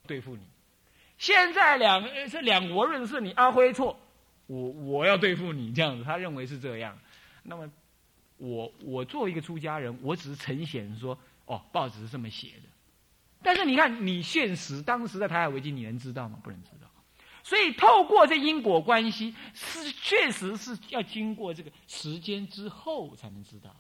对付你。现在两国论是你阿辉错，我要对付你这样子，他认为是这样。那么我作为一个出家人，我只是呈现说，哦，报纸是这么写的。但是你看，你现实当时在台海危机，你能知道吗？不能知道。所以透过这因果关系，是确实是要经过这个时间之后才能知道。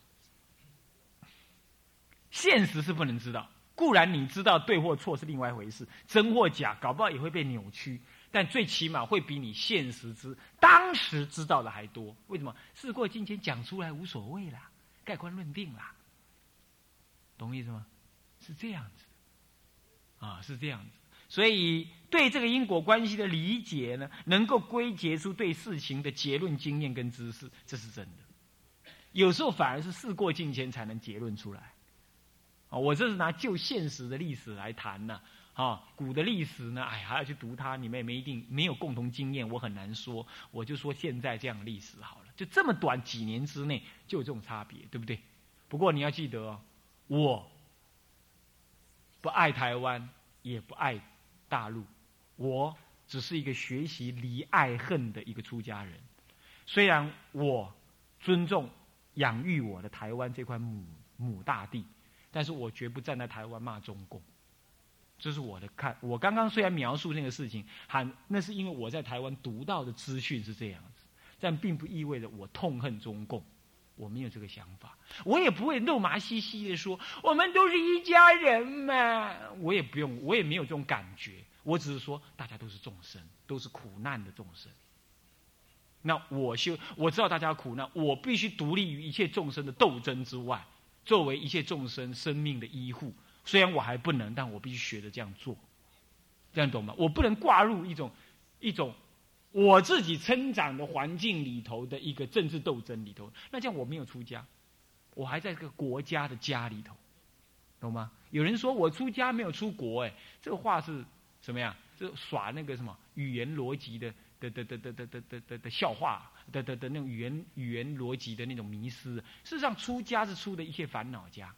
现实是不能知道。固然你知道对或错是另外一回事，真或假，搞不好也会被扭曲，但最起码会比你现实当时知道的还多。为什么？事过境迁，讲出来无所谓啦，盖棺论定啦，懂我意思吗？是这样子啊，是这样子。所以对这个因果关系的理解呢，能够归结出对事情的结论、经验跟知识，这是真的。有时候反而是事过境迁才能结论出来。我这是拿就现实的历史来谈呢。古的历史呢，还要去读它，你们也没有共同经验，我很难说。我就说现在这样的历史好了，就这么短几年之内就有这种差别，对不对？不过你要记得哦，我不爱台湾，也不爱大陆，我只是一个学习离爱恨的一个出家人。虽然我尊重养育我的台湾这块母大地，但是我绝不站在台湾骂中共，这是我的看。我刚刚虽然描述那个事情，那是因为我在台湾读到的资讯是这样子，但并不意味着我痛恨中共，我没有这个想法。我也不会肉麻兮兮的说我们都是一家人嘛，我也没有这种感觉。我只是说大家都是众生，都是苦难的众生。那我知道大家苦难，我必须独立于一切众生的斗争之外，作为一切众生生命的依护。虽然我还不能，但我必须学着这样做，这样懂吗？我不能挂入一种我自己成长的环境里头的一个政治斗争里头，那这样我没有出家，我还在这个国家的家里头，懂吗？有人说我出家没有出国，这个话是什么呀？这耍那个什么语言逻辑的笑话的那种语言逻辑的那种迷失。事实上，出家是出的一切烦恼家，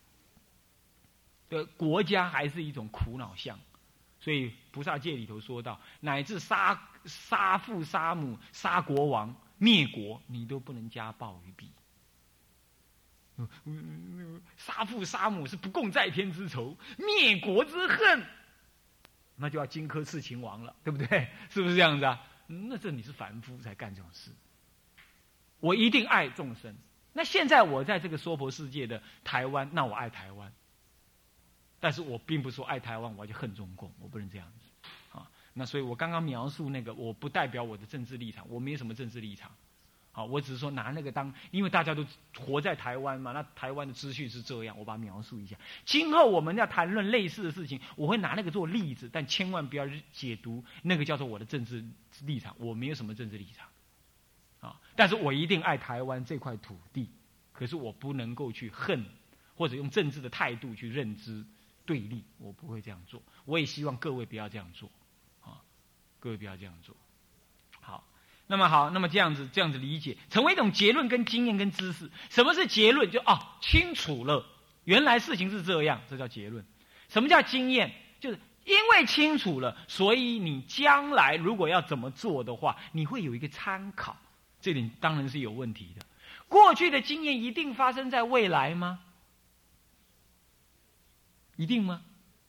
国家还是一种苦恼相。所以菩萨戒里头说到，乃至杀父杀母、杀国王、灭国，你都不能加报于彼。杀父杀母是不共在天之仇，灭国之恨，那就要荆轲刺秦王了，对不对？是不是这样子啊？那这你是凡夫才干这种事。我一定爱众生。那现在我在这个娑婆世界的台湾，那我爱台湾。但是我并不是说爱台湾我要去恨中共，我不能这样子啊。那所以我刚刚描述那个，我不代表我的政治立场，我没什么政治立场。好，我只是说拿那个当，因为大家都活在台湾嘛，那台湾的资讯是这样，我把它描述一下。今后我们要谈论类似的事情，我会拿那个做例子，但千万不要解读那个叫做我的政治立场，我没有什么政治立场啊。但是我一定爱台湾这块土地，可是我不能够去恨，或者用政治的态度去认知对立，我不会这样做。我也希望各位不要这样做啊，各位不要这样做。好。那么这样子理解，成为一种结论跟经验跟知识。什么是结论？就清楚了，原来事情是这样，这叫结论。什么叫经验？就是因为清楚了，所以你将来如果要怎么做的话，你会有一个参考。这点当然是有问题的。过去的经验一定发生在未来吗？一定吗？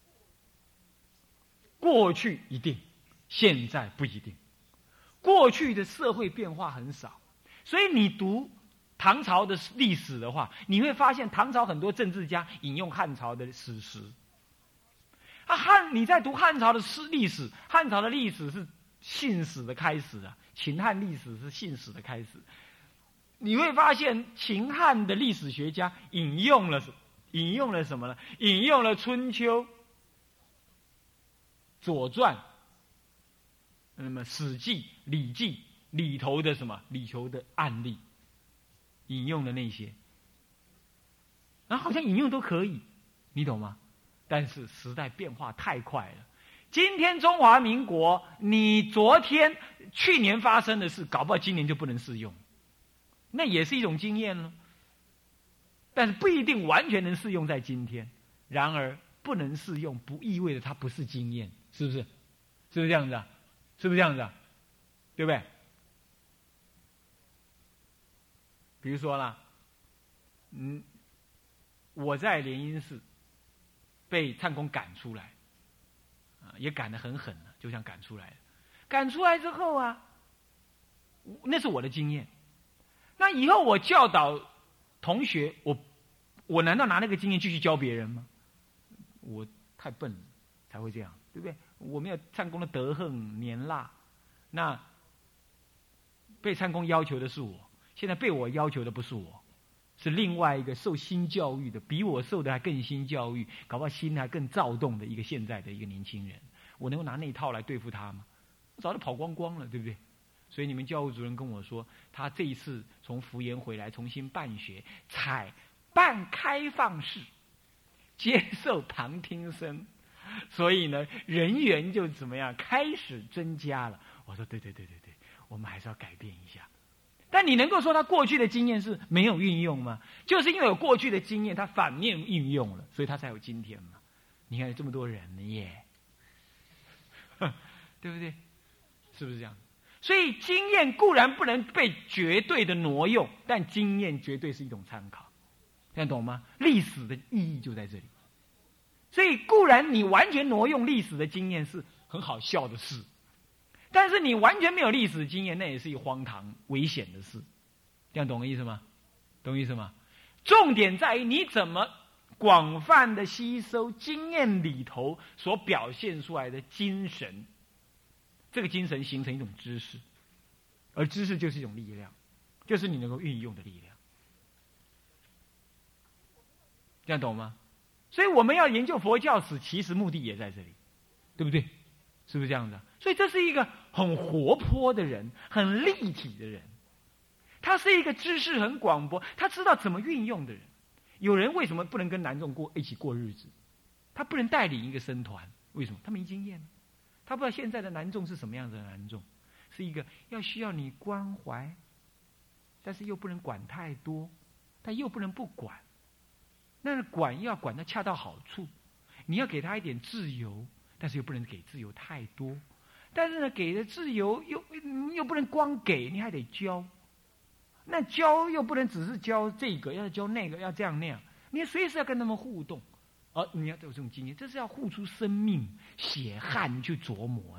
过去一定，现在不一定。过去的社会变化很少，所以你读唐朝的历史的话，你会发现唐朝很多政治家引用汉朝的史实。你在读汉朝的历史，汉朝的历史是信史的开始啊，秦汉历史是信史的开始。你会发现秦汉的历史学家引用了什么呢？引用了春秋、左传。那么《史记》《礼记》里头的案例，引用的那些，然后好像引用都可以，你懂吗？但是时代变化太快了，今天中华民国，你去年发生的事，搞不好今年就不能适用，那也是一种经验了，但是不一定完全能适用在今天。然而， 不能适用，不意味着它不是经验，是不是？是不是这样子啊？是不是这样子啊？对不对？比如说啦，我在莲因寺被唱公赶出来，也赶得很狠了，就像赶出来了。赶出来之后啊，那是我的经验。那以后我教导同学，我难道拿那个经验继续教别人吗？我太笨了，才会这样，对不对？我没有唱公的德行年辣，那被唱公要求的是我，现在被我要求的不是我，是另外一个受新教育的，比我受的还更新教育，搞不好心还更躁动的一个现在的一个年轻人，我能够拿那一套来对付他吗？早就跑光光了，对不对？所以你们教务主任跟我说，他这一次从福研回来重新办学，采办开放式，接受旁听生，所以呢人员就怎么样开始增加了。我说对，我们还是要改变一下。但你能够说他过去的经验是没有运用吗？就是因为有过去的经验，他反面运用了，所以他才有今天嘛。你看有这么多人呢耶，对不对？是不是这样？所以经验固然不能被绝对的挪用，但经验绝对是一种参考，这样懂吗？历史的意义就在这里。所以固然你完全挪用历史的经验是很好笑的事，但是你完全没有历史经验，那也是一个荒唐危险的事。这样懂我意思吗？懂意思吗？重点在于你怎么广泛的吸收经验里头所表现出来的精神，这个精神形成一种知识，而知识就是一种力量，就是你能够运用的力量。这样懂吗？所以我们要研究佛教史，其实目的也在这里，对不对？是不是这样的？所以这是一个很活泼的人，很立体的人，他是一个知识很广博，他知道怎么运用的人。有人为什么不能跟男众一起过日子？他不能带领一个僧团，为什么？他没经验，他不知道现在的男众是什么样子的男众，是一个需要你关怀，但是又不能管太多，但又不能不管。那管要管他恰到好处，你要给他一点自由，但是又不能给自由太多。但是呢，给的自由又不能光给，你还得教。那教又不能只是教这个，要教那个，要这样那样，你随时要跟他们互动。你要有这种经验，这是要付出生命血汗去琢磨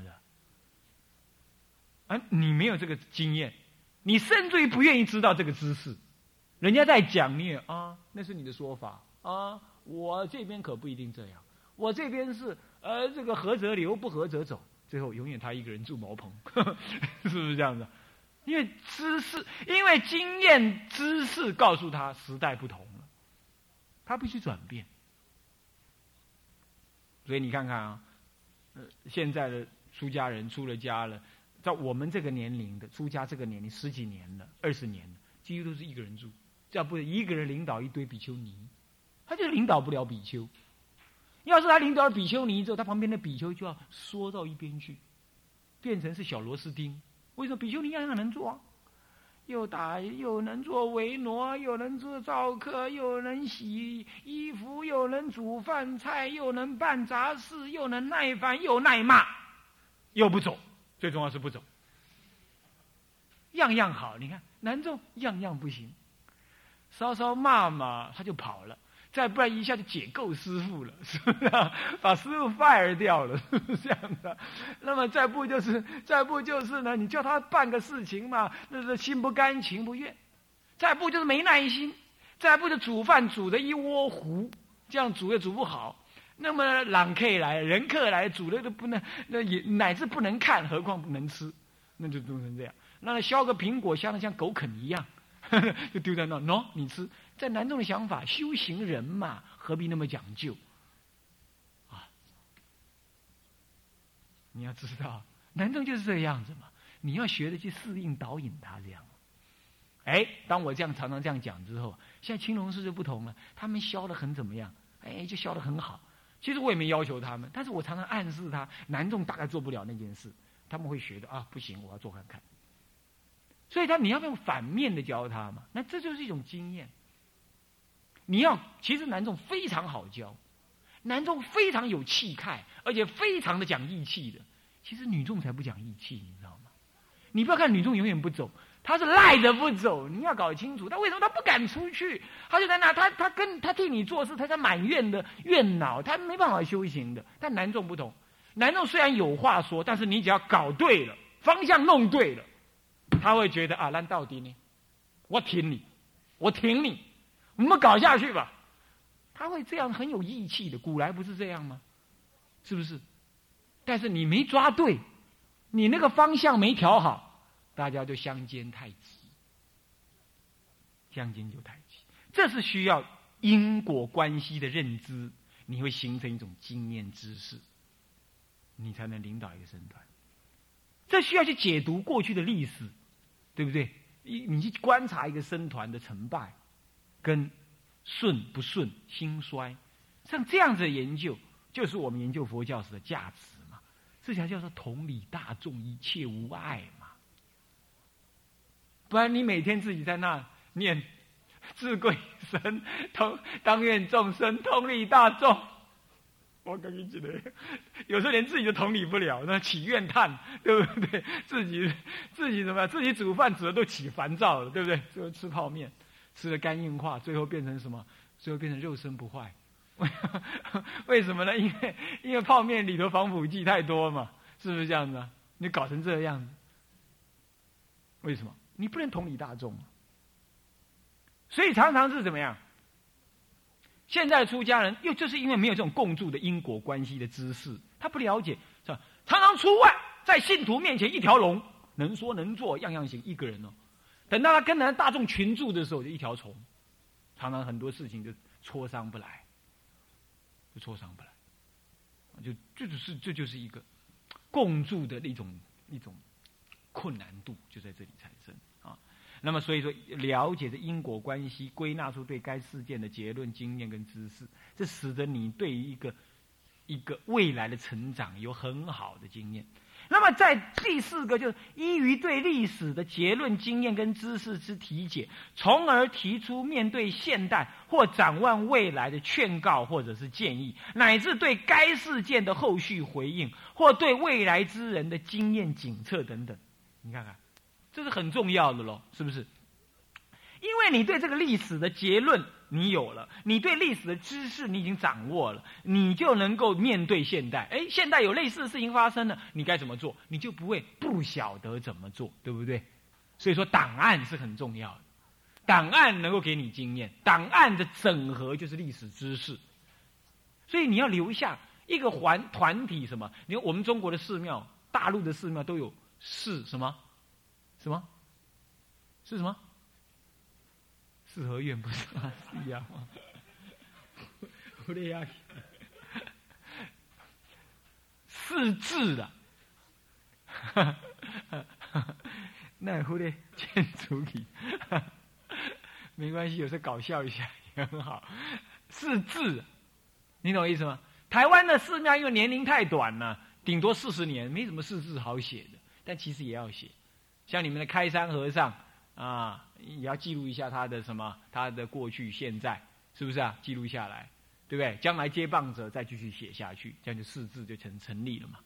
的。你没有这个经验，你甚至于不愿意知道这个知识。人家在讲，你也那是你的说法我这边可不一定这样，我这边是这个合则留，不合则走，最后永远他一个人住茅棚，是不是这样子？因为知识，因为经验知识告诉他时代不同了，他必须转变。所以你看看现在的出家人出了家了，在我们这个年龄的出家这个年龄10几年了，20年了，几乎都是一个人住，要不一个人领导一堆比丘尼，他就领导不了比丘。要是他领导了比丘尼之后，他旁边的比丘就要缩到一边去，变成是小螺丝钉。为什么比丘尼样样能做又能做维挪，又能做皂客，又能洗衣服，又能煮饭菜，又能办杂事，又能耐烦，又耐骂，又不走，最重要是不走。样样好，你看南众样样不行，稍稍骂骂他就跑了，再不然一下就解构师父了，是不是把师父 fire 掉了，是不是这样的？那么再不就是呢，你叫他办个事情嘛，那是心不甘情不愿；再不就是没耐心；再不就煮饭煮的一窝糊，这样煮也煮不好。那么人客来煮的都不能，那也乃至不能看，何况不能吃，那就弄成这样。那削个苹果削得像狗啃一样，就丢在那喏，你吃。在南众的想法，修行人嘛，何必那么讲究你要知道，南众就是这个样子嘛。你要学的去适应导引他这样。当我常常这样讲之后，现在青龙寺就不同了，他们削得很怎么样？就削得很好。其实我也没要求他们，但是我常常暗示他，南众大概做不了那件事，他们会学的不行，我要做看看。所以你要用反面的教他嘛，那这就是一种经验。其实南众非常好教， 男众非常有气概，而且非常的讲义气的。其实女众才不讲义气，你知道吗？你不要看女众永远不走，她是赖着不走。你要搞清楚，她为什么她不敢出去？她就在那，她替你做事，她在满院的怨恼，她没办法修行的。但男众不同，男众虽然有话说，但是你只要搞对了，方向弄对了，他会觉得啊，那到底呢？我挺你，我挺你，我们搞下去吧。他会这样很有义气的，古来不是这样吗？是不是？但是你没抓对，你那个方向没调好，大家就相煎太急，相煎就太急。这是需要因果关系的认知，你会形成一种经验知识，你才能领导一个僧团。这需要去解读过去的历史，对不对？你去观察一个僧团的成败，跟顺不顺、兴衰，像这样子的研究，就是我们研究佛教史的价值嘛。这才叫做同理大众，一切无碍嘛。不然你每天自己在那念至贵神当愿众生同理大众，我跟你讲的，有时候连自己都同理不了，那起怨叹，对不对？自己怎么样？自己煮饭煮的都起烦躁了，对不对？最后吃泡面，吃的肝硬化，最后变成什么？最后变成肉身不坏。为什么呢？因为泡面里头防腐剂太多嘛，是不是这样子啊？你搞成这样子，为什么？你不能同理大众，所以常常是怎么样？现在的出家人又就是因为没有这种共住的因果关系的知识，他不了解，是吧？常常出外，在信徒面前一条龙，能说能做，样样行，一个人哦。等到他跟人大众群住的时候，就一条虫，常常很多事情就磋商不来，这就是一个共住的一种困难度，就在这里产生啊。那么所以说，了解这因果关系，归纳出对该事件的结论、经验跟知识，这使得你对于一个未来的成长有很好的经验。那么在第四个，就是依于对历史的结论、经验跟知识之体解，从而提出面对现代或展望未来的劝告或者是建议，乃至对该事件的后续回应，或对未来之人的经验警策等等。你看看，这是很重要的咯，是不是？因为你对这个历史的结论你有了，你对历史的知识你已经掌握了，你就能够面对现代。现代有类似的事情发生了，你该怎么做？你就不会不晓得怎么做，对不对？所以说档案是很重要的，档案能够给你经验，档案的整合就是历史知识。所以你要留下一个团体什么？你看我们中国的寺庙，大陆的寺庙都有四什么？是什么？四合院不是吗？是呀，不对呀，四字的，那会的建筑体，没关系，有时候搞笑一下也很好。四字，你懂我意思吗？台湾的寺庙因为年龄太短了，顶多40年，没什么四字好写的，但其实也要写。像你们的开山和尚啊，也要记录一下他的他的过去现在，是不是啊？记录下来，对不对？将来接棒者再继续写下去，这样就四字就成立了嘛。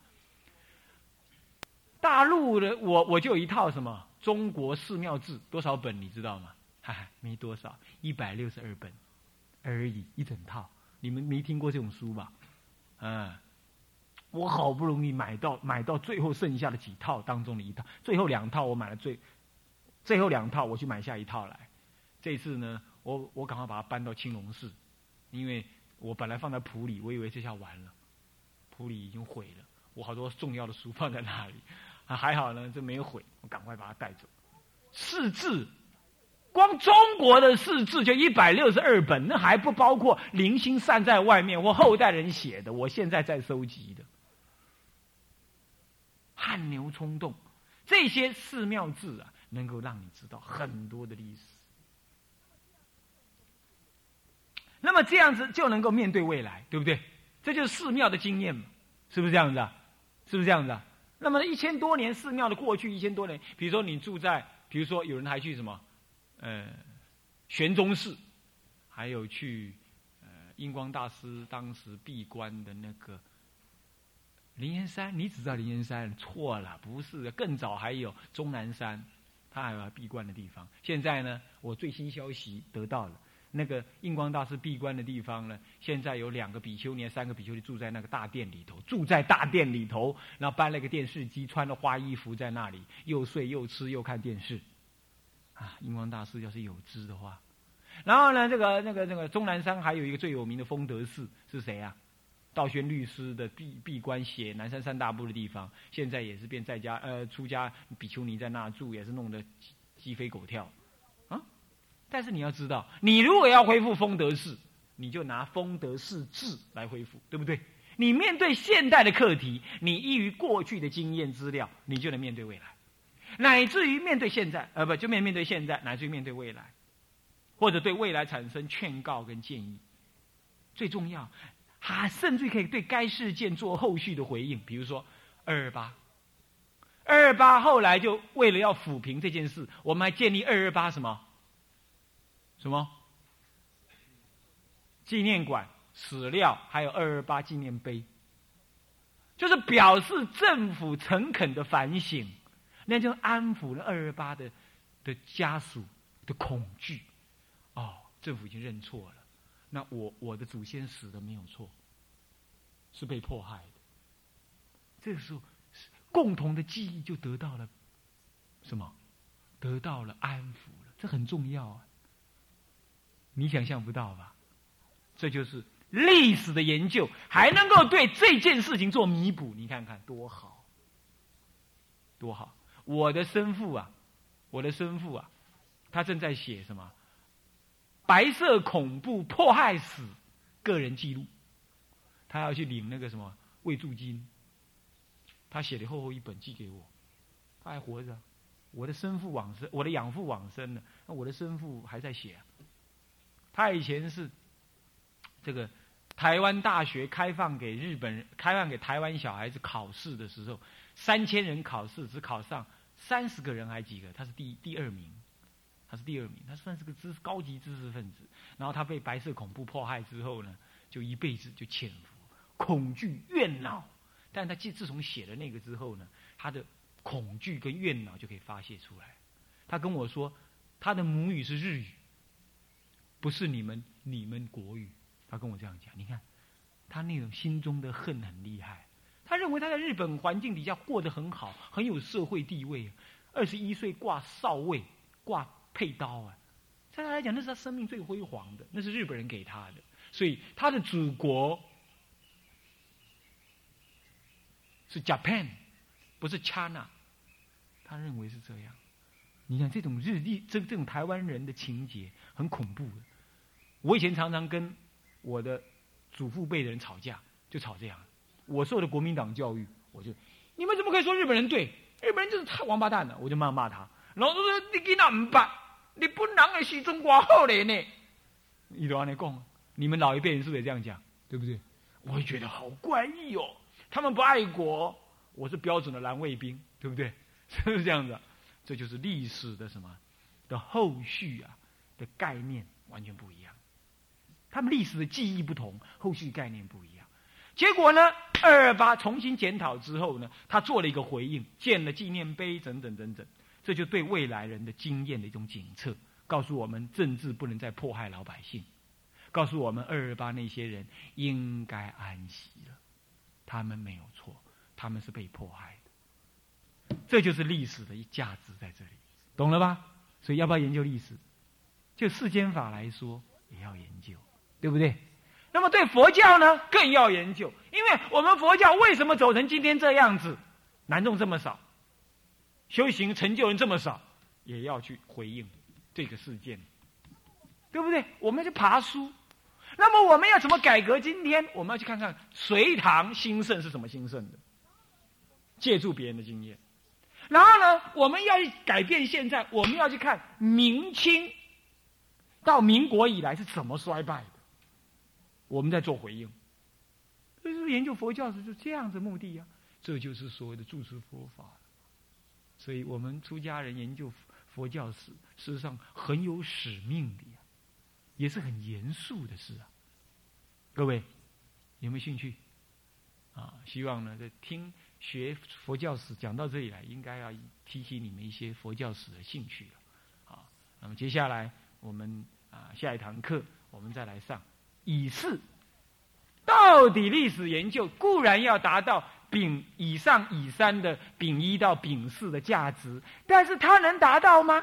大陆的我就有一套中国寺庙志，多少本你知道吗？没多少，162本而已，一整套。你们没听过这种书吧？我好不容易买到最后剩下的几套当中的一套，最后2套我买了最后2套我去买下1套来。这次呢，我赶快把它搬到青龙寺，因为我本来放在埔里，我以为这下完了，埔里已经毁了，我好多重要的书放在那里，还好呢，这没有毁，我赶快把它带走。释字，光中国的释字就162本，那还不包括零星散在外面或后代人写的，我现在在收集的。汗牛充栋，这些寺庙志啊，能够让你知道很多的历史。那么这样子就能够面对未来，对不对？这就是寺庙的经验嘛，是不是这样子啊？是不是这样子啊？那么1000多年寺庙的过去，1000多年，比如说你住在，比如说有人还去玄宗寺，还有去印光大师当时闭关的那个灵岩山，你只知道灵岩山，错了，不是的，更早还有终南山，他还有闭关的地方。现在呢，我最新消息得到了，那个印光大师闭关的地方呢，现在有2个比丘尼、3个比丘尼住在那个大殿里头，然后搬了个电视机，穿了花衣服在那里，又睡又吃又看电视。啊，印光大师要是有知的话。然后呢，那个终南山还有一个最有名的丰德寺是谁啊？道宣律师的闭关写南山三大部的地方，现在也是变在家出家比丘尼在那住，也是弄得鸡飞狗跳啊。但是你要知道，你如果要恢复丰德寺，你就拿丰德寺志来恢复，对不对？你面对现代的课题，你依于过去的经验资料，你就能面对未来，乃至于面对现在，面对现在，乃至于面对未来，或者对未来产生劝告跟建议。最重要，甚至可以对该事件做后续的回应，比如说228后来就为了要抚平这件事，我们还建立228什么纪念馆、史料，还有228纪念碑，就是表示政府诚恳的反省，那就安抚了228的家属的恐惧。哦，政府已经认错了，那我的祖先死的没有错，是被迫害的。这个时候，共同的记忆就得到了什么？得到了安抚了，这很重要啊！你想象不到吧？这就是历史的研究，还能够对这件事情做弥补，你看看多好，多好！我的生父啊，他正在写什么？白色恐怖迫害史个人记录，他要去领那个什么慰助金，他写了厚厚一本寄给我，他还活着。我的生父往生，我的养父往生了，那我的生父还在写啊。他以前是这个台湾大学开放给台湾小孩子考试的时候，3000人考试只考上30个人还几个，他是第二名。他算是个高级知识分子。然后他被白色恐怖迫害之后呢，就一辈子就潜伏，恐惧怨恼。但他自从写了那个之后呢，他的恐惧跟怨恼就可以发泄出来。他跟我说，他的母语是日语，不是你们国语。他跟我这样讲，你看他那种心中的恨很厉害。他认为他在日本环境底下过得很好，很有社会地位。21岁挂少尉，挂佩刀啊，在他来讲，那是他生命最辉煌的，那是日本人给他的。所以他的祖国是 Japan， 不是 China。他认为是这样。你看这种这种台湾人的情节很恐怖的。我以前常常跟我的祖父辈的人吵架，就吵这样。我受的国民党教育，你们怎么可以说日本人对？日本人就是太王八蛋了，我就骂他。然后说你囡仔唔捌，日本人的时阵多好嘞呢。你都安尼讲，你们老一辈人是不是也这样讲？对不对？我会觉得好怪异哦。他们不爱国，我是标准的蓝卫兵，对不对？是不是这样子？这就是历史的什么的后续啊的概念完全不一样。他们历史的记忆不同，后续概念不一样。结果呢，228重新检讨之后呢，他做了一个回应，建了纪念碑等等等等。这就对未来人的经验的一种警策，告诉我们政治不能再迫害老百姓，告诉我们228那些人应该安息了，他们没有错，他们是被迫害的。这就是历史的价值在这里，懂了吧？所以要不要研究历史？就世间法来说，也要研究，对不对？那么对佛教呢，更要研究，因为我们佛教为什么走成今天这样子，男众这么少，修行成就人这么少，也要去回应这个事件，对不对？我们要去爬书。那么我们要怎么改革今天？我们要去看看隋唐兴盛是怎么兴盛的，借助别人的经验。然后呢，我们要改变现在，我们要去看明清到民国以来是怎么衰败的，我们在做回应。这就是研究佛教是这样子目的啊，这就是所谓的住持佛法。所以我们出家人研究佛教史，事实上很有使命的呀，也是很严肃的事啊。 各位有没有兴趣？希望呢，在听学佛教史讲到这里来，应该要提起你们一些佛教史的兴趣了。那么接下来我们下一堂课我们再来上乙巳。到底历史研究固然要达到以上以三的丙一到丙四的价值，但是它能达到吗？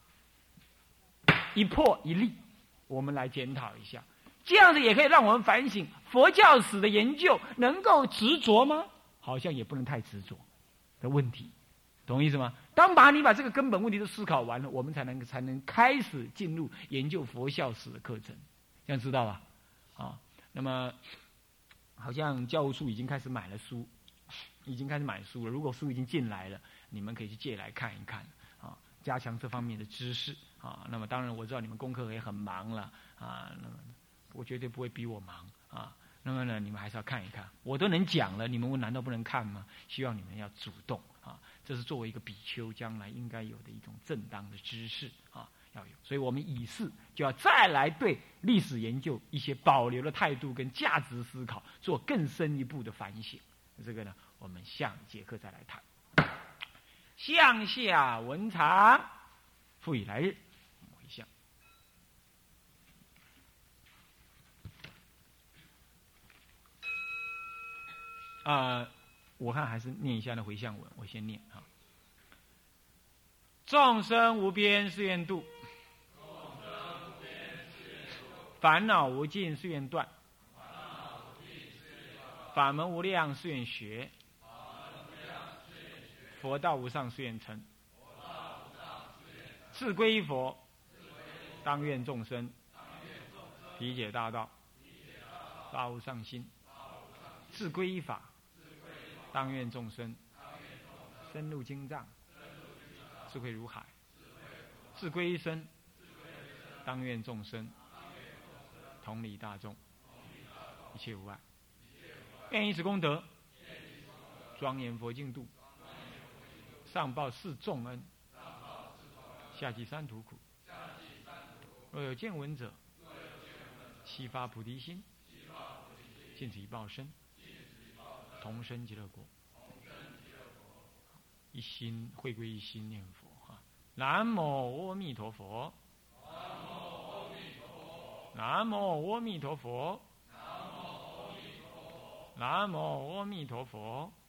一破一立，我们来检讨一下，这样子也可以让我们反省佛教史的研究能够执着吗？好像也不能太执着的问题，懂我意思吗？当你把这个根本问题都思考完了，我们才能开始进入研究佛教史的课程，这样知道吧？那么好像教务处已经开始买了书，了。如果书已经进来了，你们可以去借来看一看加强这方面的知识那么当然我知道你们功课也很忙了那么我绝对不会比我忙那么呢，你们还是要看一看。我都能讲了，你们难道不能看吗？希望你们要主动这是作为一个比丘将来应该有的一种正当的知识要有。所以我们以示就要再来对历史研究一些保留的态度跟价值思考做更深一步的反省。这个呢，我们下一节课再来谈。向下文长，复以来日回向。我看还是念一下那回向文，我先念众生无边誓愿度，烦恼无尽誓愿断，法门无量誓愿学，佛道无上誓愿成。自归佛，当愿众生理解大道，发无上心；自归法，当愿众生深入经藏，智慧如海；自归身，当愿众生同理大众，一切无碍。愿以此功德，庄严佛净土，上报四重恩，下济三途苦。若有见闻者，悉发菩提心，尽此一报身，同生极乐国。一心会归一心念佛南无阿弥陀佛，南无阿弥陀佛，南无阿弥陀佛。